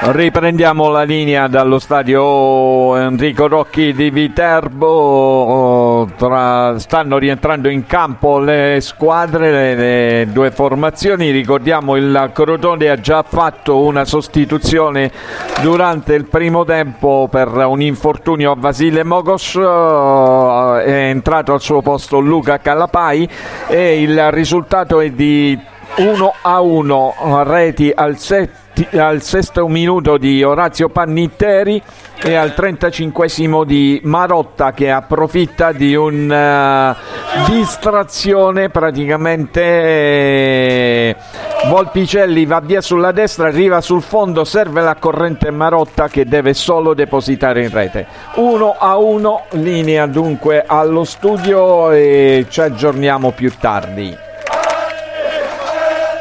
Riprendiamo la linea dallo stadio Enrico Rocchi di Viterbo. Stanno rientrando in campo le squadre, le due formazioni. Ricordiamo il Crotone ha già fatto una sostituzione durante il primo tempo per un infortunio a Vasile Mogos. È entrato al suo posto Luca Calapai e il risultato è di 1-1, reti al sesto minuto di Orazio Pannitteri e al 35esimo di Marotta, che approfitta di una distrazione praticamente. Volpicelli va via sulla destra, arriva sul fondo, serve la corrente Marotta che deve solo depositare in rete. 1-1, linea dunque allo studio e ci aggiorniamo più tardi.